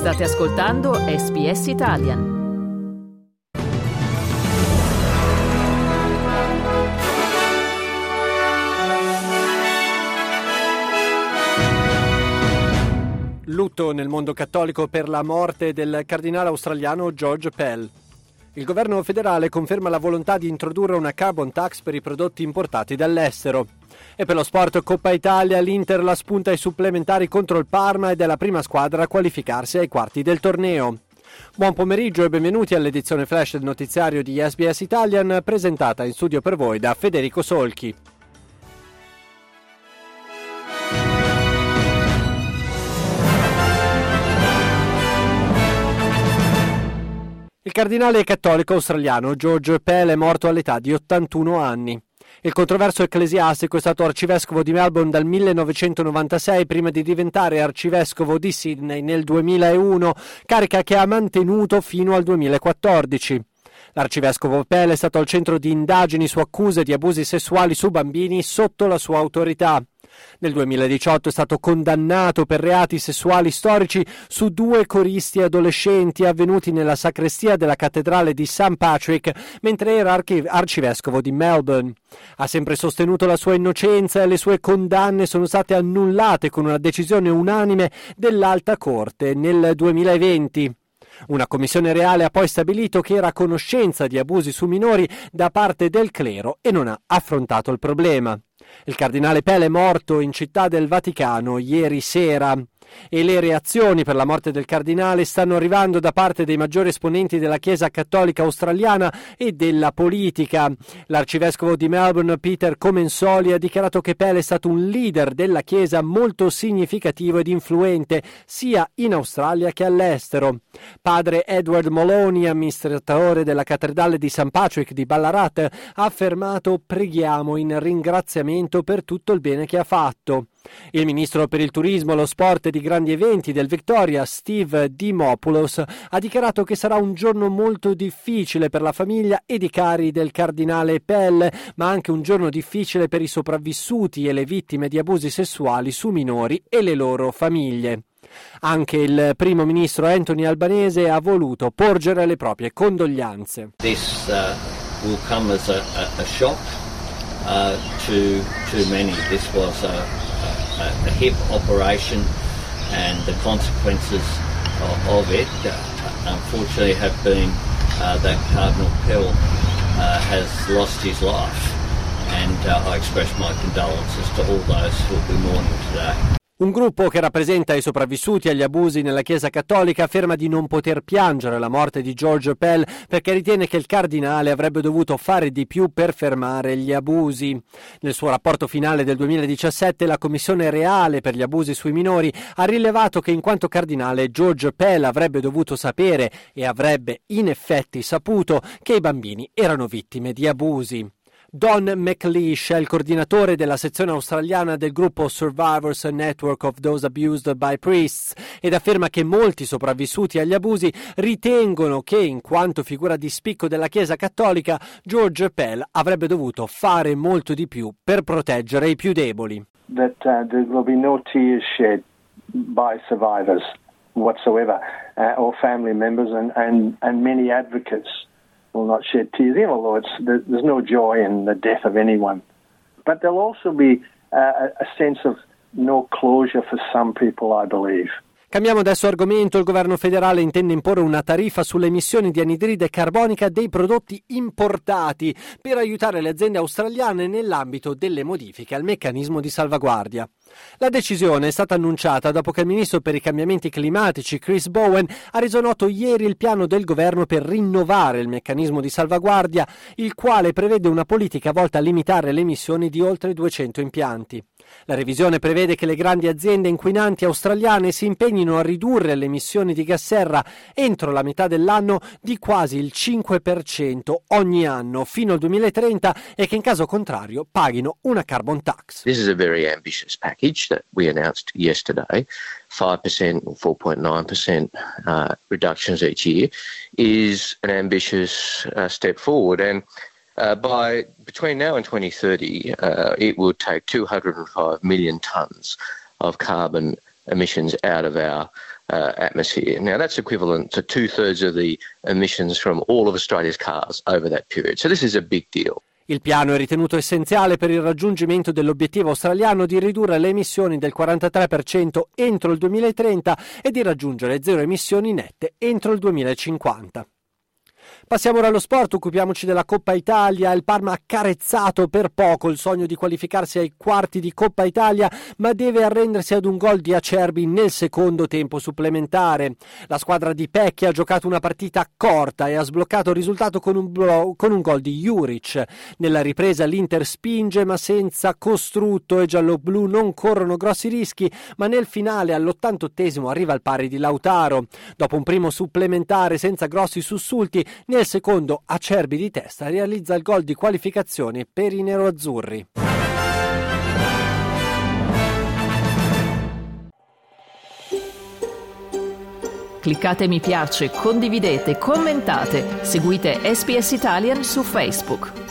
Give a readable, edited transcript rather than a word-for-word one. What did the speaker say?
State ascoltando SBS Italian. Lutto nel mondo cattolico per la morte del cardinale australiano George Pell. Il governo federale conferma la volontà di introdurre una carbon tax per i prodotti importati dall'estero. E per lo sport Coppa Italia, l'Inter la spunta ai supplementari contro il Parma ed è la prima squadra a qualificarsi ai quarti del torneo. Buon pomeriggio e benvenuti all'edizione flash del notiziario di SBS Italian, presentata in studio per voi da Federico Solchi. Il cardinale cattolico australiano George Pell è morto all'età di 81 anni. Il controverso ecclesiastico è stato arcivescovo di Melbourne dal 1996 prima di diventare arcivescovo di Sydney nel 2001, carica che ha mantenuto fino al 2014. L'arcivescovo Pell è stato al centro di indagini su accuse di abusi sessuali su bambini sotto la sua autorità. Nel 2018 è stato condannato per reati sessuali storici su 2 coristi adolescenti avvenuti nella sacrestia della cattedrale di St. Patrick mentre era arcivescovo di Melbourne. Ha sempre sostenuto la sua innocenza e le sue condanne sono state annullate con una decisione unanime dell'Alta Corte nel 2020. Una commissione reale ha poi stabilito che era a conoscenza di abusi su minori da parte del clero e non ha affrontato il problema. Il cardinale Pell è morto in Città del Vaticano ieri sera e le reazioni per la morte del cardinale stanno arrivando da parte dei maggiori esponenti della Chiesa cattolica australiana e della politica. L'arcivescovo di Melbourne Peter Comensoli ha dichiarato che Pell è stato un leader della Chiesa molto significativo ed influente sia in Australia che all'estero. Padre Edward Moloney, amministratore della cattedrale di St. Patrick di Ballarat, ha affermato: preghiamo in ringraziamento per tutto il bene che ha fatto. Il ministro per il turismo, lo sport e i grandi eventi del Victoria, Steve Dimopoulos, ha dichiarato che sarà un giorno molto difficile per la famiglia ed i cari del cardinale Pell, ma anche un giorno difficile per i sopravvissuti e le vittime di abusi sessuali su minori e le loro famiglie. Anche il primo ministro Anthony Albanese ha voluto porgere le proprie condoglianze. This will come as a shock to many. This was a hip operation and the consequences of it unfortunately have been that Cardinal Pell has lost his life, and I express my condolences to all those who will be mourning today. Un gruppo che rappresenta i sopravvissuti agli abusi nella Chiesa cattolica afferma di non poter piangere la morte di George Pell perché ritiene che il cardinale avrebbe dovuto fare di più per fermare gli abusi. Nel suo rapporto finale del 2017 la Commissione Reale per gli abusi sui minori ha rilevato che in quanto cardinale George Pell avrebbe dovuto sapere e avrebbe in effetti saputo che i bambini erano vittime di abusi. Don McLeish è il coordinatore della sezione australiana del gruppo Survivors Network of Those Abused by Priests ed afferma che molti sopravvissuti agli abusi ritengono che, in quanto figura di spicco della Chiesa cattolica, George Pell avrebbe dovuto fare molto di più per proteggere i più deboli. That there will be no tears shed by survivors whatsoever, or family members and many advocates will not shed tears, even although there's no joy in the death of anyone. But there'll also be a sense of no closure for some people, I believe. Cambiamo adesso argomento. Il governo federale intende imporre una tariffa sulle emissioni di anidride carbonica dei prodotti importati per aiutare le aziende australiane nell'ambito delle modifiche al meccanismo di salvaguardia. La decisione è stata annunciata dopo che il ministro per i cambiamenti climatici Chris Bowen ha reso noto ieri il piano del governo per rinnovare il meccanismo di salvaguardia, il quale prevede una politica volta a limitare le emissioni di oltre 200 impianti. La revisione prevede che le grandi aziende inquinanti australiane si impegnino a ridurre le emissioni di gas serra entro la metà dell'anno di quasi il 5% ogni anno fino al 2030 e che in caso contrario paghino una carbon tax. This is a very ambitious package that we announced yesterday. 5% or 4.9% reductions each year is an ambitious step forward, and between now and 2030, it will take 205 million tonnes of carbon emissions out of our atmosphere. Now, that's equivalent to 2/3 of the emissions from all of Australia's cars over that period. So this is a big deal. Il piano è ritenuto essenziale per il raggiungimento dell'obiettivo australiano di ridurre le emissioni del 43% entro il 2030 e di raggiungere zero emissioni nette entro il 2050. Passiamo ora allo sport, occupiamoci della Coppa Italia. Il Parma ha carezzato per poco il sogno di qualificarsi ai quarti di Coppa Italia, ma deve arrendersi ad un gol di Acerbi nel secondo tempo supplementare. La squadra di Pecchi ha giocato una partita corta e ha sbloccato il risultato con un gol di Juric. Nella ripresa l'Inter spinge ma senza costrutto e i gialloblu non corrono grossi rischi, ma nel finale all'88esimo arriva il pari di Lautaro. Dopo un primo supplementare senza grossi sussulti, nel secondo Acerbi di testa realizza il gol di qualificazione per i neroazzurri. Cliccate mi piace, condividete, commentate, seguite SBS Italian su Facebook.